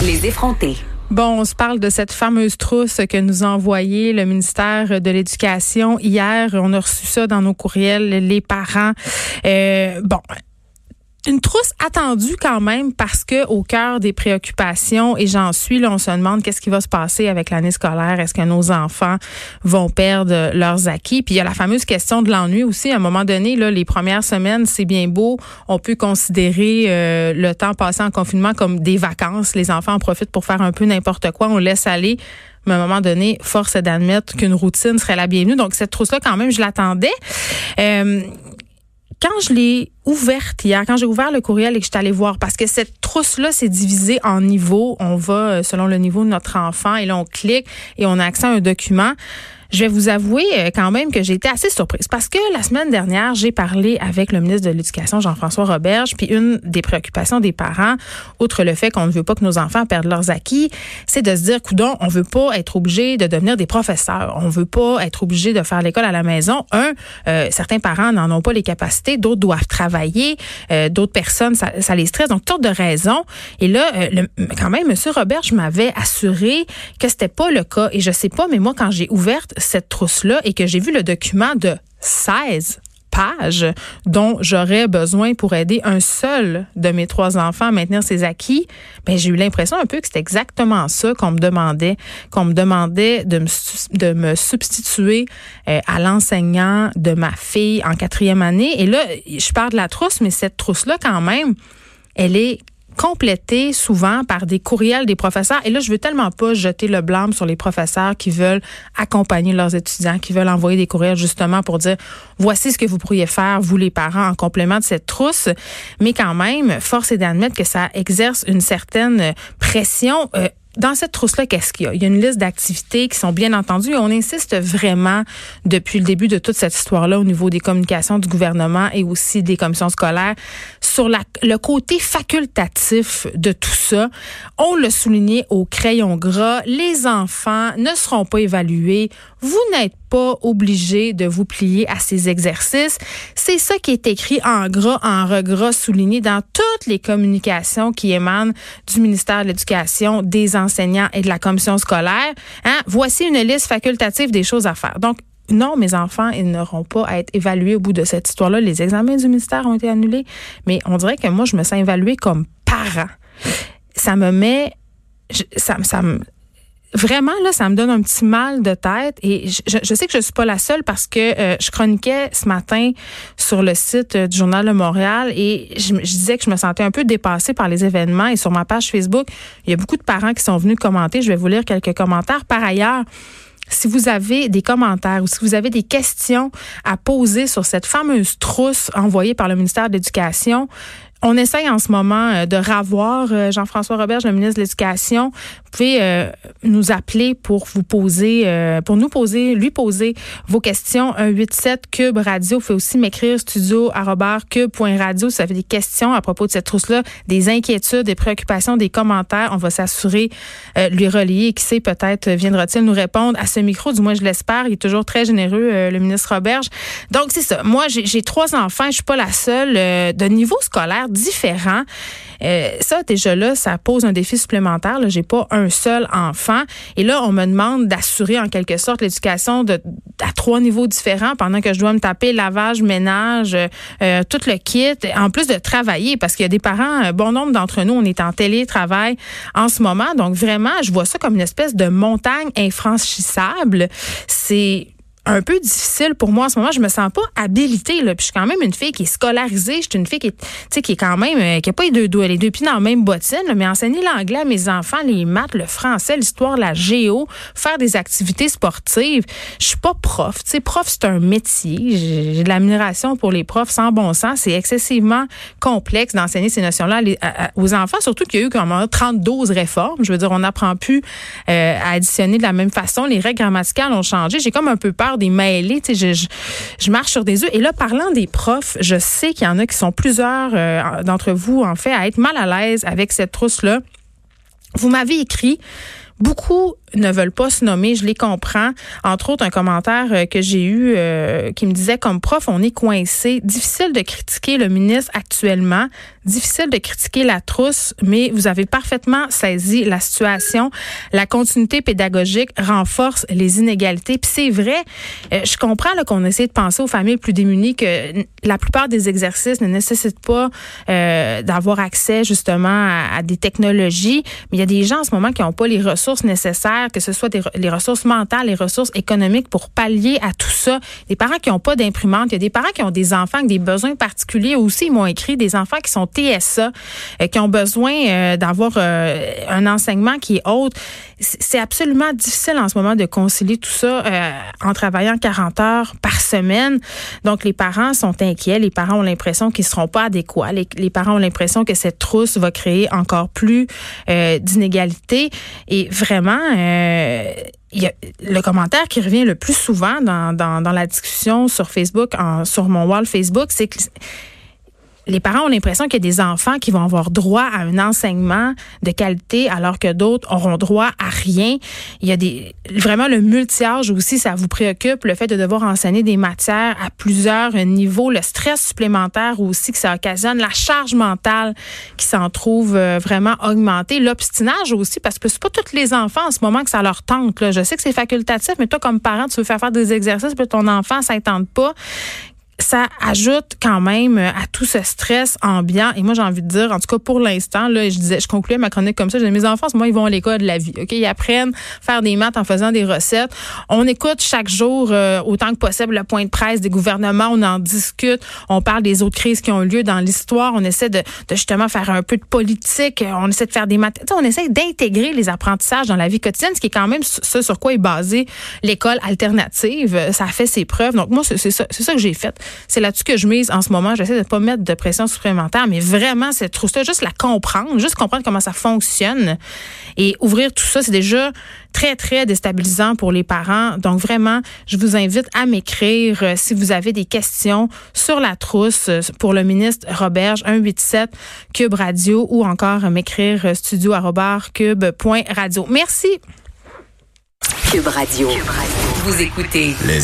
Les effrontés. Bon, on se parle de cette fameuse trousse que nous a envoyée le ministère de l'Éducation hier. On a reçu ça dans nos courriels, les parents. Une trousse attendue quand même parce que au cœur des préoccupations, et j'en suis, là, on se demande qu'est-ce qui va se passer avec l'année scolaire. Est-ce que nos enfants vont perdre leurs acquis? Puis il y a la fameuse question de l'ennui aussi. À un moment donné, là, les premières semaines, c'est bien beau. On peut considérer le temps passé en confinement comme des vacances. Les enfants en profitent pour faire un peu n'importe quoi. On laisse aller. Mais à un moment donné, force est d'admettre qu'une routine serait la bienvenue. Donc cette trousse-là, quand même, je l'attendais. Quand je l'ai ouverte hier, quand j'ai ouvert le courriel et que je suis allée voir, parce que cette trousse-là, c'est divisé en niveaux. On va selon le niveau de notre enfant et là, on clique et on a accès à un document. Je vais vous avouer quand même que j'ai été assez surprise parce que la semaine dernière, j'ai parlé avec le ministre de l'Éducation, Jean-François Roberge, puis une des préoccupations des parents, outre le fait qu'on ne veut pas que nos enfants perdent leurs acquis, c'est de se dire, coudonc, on veut pas être obligé de devenir des professeurs. On veut pas être obligé de faire l'école à la maison. Certains parents n'en ont pas les capacités, d'autres doivent travailler, d'autres personnes, ça les stresse. Donc, toutes sortes de raisons. Et là, quand même, M. Roberge m'avait assuré que c'était pas le cas. Et je sais pas, mais moi, quand j'ai ouverte cette trousse-là et que j'ai vu le document de 16 pages dont j'aurais besoin pour aider un seul de mes 3 enfants à maintenir ses acquis, ben j'ai eu l'impression un peu que c'était exactement ça qu'on me demandait de me substituer à l'enseignant de ma fille en 4e année. Et là, je parle de la trousse, mais cette trousse-là, quand même, elle est complété souvent par des courriels des professeurs. Et là, je veux tellement pas jeter le blâme sur les professeurs qui veulent accompagner leurs étudiants, qui veulent envoyer des courriels justement pour dire voici ce que vous pourriez faire, vous les parents, en complément de cette trousse. Mais quand même, force est d'admettre que ça exerce une certaine pression. Dans cette trousse-là, qu'est-ce qu'il y a? Il y a une liste d'activités qui sont bien entendues et on insiste vraiment depuis le début de toute cette histoire-là au niveau des communications du gouvernement et aussi des commissions scolaires sur le côté facultatif de tout ça. On l'a souligné au crayon gras, les enfants ne seront pas évalués. Vous n'êtes pas obligé de vous plier à ces exercices. C'est ça qui est écrit en gras, en regras, souligné dans toutes les communications qui émanent du ministère de l'Éducation, des enseignants et de la commission scolaire. Voici une liste facultative des choses à faire. Donc, non, mes enfants, ils n'auront pas à être évalués au bout de cette histoire-là. Les examens du ministère ont été annulés, mais on dirait que moi, je me sens évaluée comme parent. Ça me met... Vraiment, là, ça me donne un petit mal de tête et je sais que je suis pas la seule parce que je chroniquais ce matin sur le site du Journal de Montréal et je disais que je me sentais un peu dépassée par les événements et sur ma page Facebook, il y a beaucoup de parents qui sont venus commenter. Je vais vous lire quelques commentaires. Par ailleurs, si vous avez des commentaires ou si vous avez des questions à poser sur cette fameuse trousse envoyée par le ministère de l'Éducation, on essaye en ce moment de ravoir Jean-François Roberge, le ministre de l'Éducation. Vous pouvez nous appeler pour lui poser vos questions. 187-CUBE Radio. Vous pouvez aussi m'écrire studio@cube.radio si vous avez des questions à propos de cette trousse-là, des inquiétudes, des préoccupations, des commentaires. On va s'assurer lui relayer et qui sait, peut-être viendra-t-il nous répondre à ce micro. Du moins, je l'espère. Il est toujours très généreux, le ministre Roberge. Donc, c'est ça. Moi, j'ai 3 enfants. Je suis pas la seule. De niveau scolaire différent. Ça, déjà là, ça pose un défi supplémentaire. Là, j'ai pas un seul enfant. Et là, on me demande d'assurer en quelque sorte l'éducation à 3 niveaux différents pendant que je dois me taper lavage, ménage, tout le kit, en plus de travailler parce qu'il y a des parents, bon nombre d'entre nous, on est en télétravail en ce moment. Donc vraiment, je vois ça comme une espèce de montagne infranchissable. C'est un peu difficile pour moi en ce moment. Je me sens pas habilitée, là. Puis je suis quand même une fille qui est scolarisée. Je suis une fille qui est quand même, qui a pas les 2 pieds dans la même bottine, là, mais enseigner l'anglais à mes enfants, les maths, le français, l'histoire, la géo, faire des activités sportives. Je suis pas prof. Tu sais, prof, c'est un métier. J'ai de l'admiration pour les profs sans bon sens. C'est excessivement complexe d'enseigner ces notions-là aux enfants, surtout qu'il y a eu comme 32 réformes. Je veux dire, on n'apprend plus à additionner de la même façon. Les règles grammaticales ont changé. J'ai comme un peu peur des mêlés, tu sais, je marche sur des œufs. Et là, parlant des profs, je sais qu'il y en a qui sont plusieurs d'entre vous, en fait, à être mal à l'aise avec cette trousse-là. Vous m'avez écrit beaucoup ne veulent pas se nommer, je les comprends. Entre autres, un commentaire que j'ai eu qui me disait, comme prof, on est coincé. Difficile de critiquer le ministre actuellement, difficile de critiquer la trousse, mais vous avez parfaitement saisi la situation. La continuité pédagogique renforce les inégalités. Puis c'est vrai, je comprends là, qu'on essaie de penser aux familles plus démunies, que la plupart des exercices ne nécessitent pas d'avoir accès justement à des technologies, mais il y a des gens en ce moment qui n'ont pas les ressources nécessaires, que ce soit les ressources mentales, les ressources économiques pour pallier à tout ça. Des parents qui n'ont pas d'imprimante, il y a des parents qui ont des enfants avec des besoins particuliers aussi, ils m'ont écrit, des enfants qui sont TSA, qui ont besoin d'avoir un enseignement qui est autre. C'est absolument difficile en ce moment de concilier tout ça en travaillant 40 heures par semaine. Donc, les parents sont inquiets. Les parents ont l'impression qu'ils ne seront pas adéquats. Les parents ont l'impression que cette trousse va créer encore plus d'inégalités. Et vraiment, il y a le commentaire qui revient le plus souvent dans la discussion sur Facebook, sur mon wall Facebook, c'est que les parents ont l'impression qu'il y a des enfants qui vont avoir droit à un enseignement de qualité alors que d'autres auront droit à rien. Il y a vraiment le multi-âge aussi, ça vous préoccupe, le fait de devoir enseigner des matières à plusieurs niveaux, le stress supplémentaire aussi que ça occasionne, la charge mentale qui s'en trouve vraiment augmentée, l'obstinage aussi, parce que c'est pas tous les enfants en ce moment que ça leur tente, là. Je sais que c'est facultatif, mais toi, comme parent, tu veux faire des exercices, puis ton enfant, ça ne tente pas. Ça ajoute quand même à tout ce stress ambiant. Et moi, j'ai envie de dire, en tout cas pour l'instant, là, je concluais ma chronique comme ça. Je disais, mes enfants, moi, ils vont à l'école de la vie. Ok, ils apprennent à faire des maths en faisant des recettes. On écoute chaque jour, autant que possible, le point de presse des gouvernements. On en discute. On parle des autres crises qui ont eu lieu dans l'histoire. On essaie de justement faire un peu de politique. On essaie de faire des maths. On essaie d'intégrer les apprentissages dans la vie quotidienne, ce qui est quand même ce sur quoi est basée l'école alternative. Ça a fait ses preuves. Donc moi, c'est ça que j'ai fait. C'est là-dessus que je mise en ce moment. J'essaie de ne pas mettre de pression supplémentaire, mais vraiment, cette trousse-là, juste la comprendre, juste comprendre comment ça fonctionne et ouvrir tout ça, c'est déjà très, très déstabilisant pour les parents. Donc, vraiment, je vous invite à m'écrire si vous avez des questions sur la trousse pour le ministre Roberge, 187 Cube Radio ou encore m'écrire studio@cube.radio. Merci. Cube Radio. Vous écoutez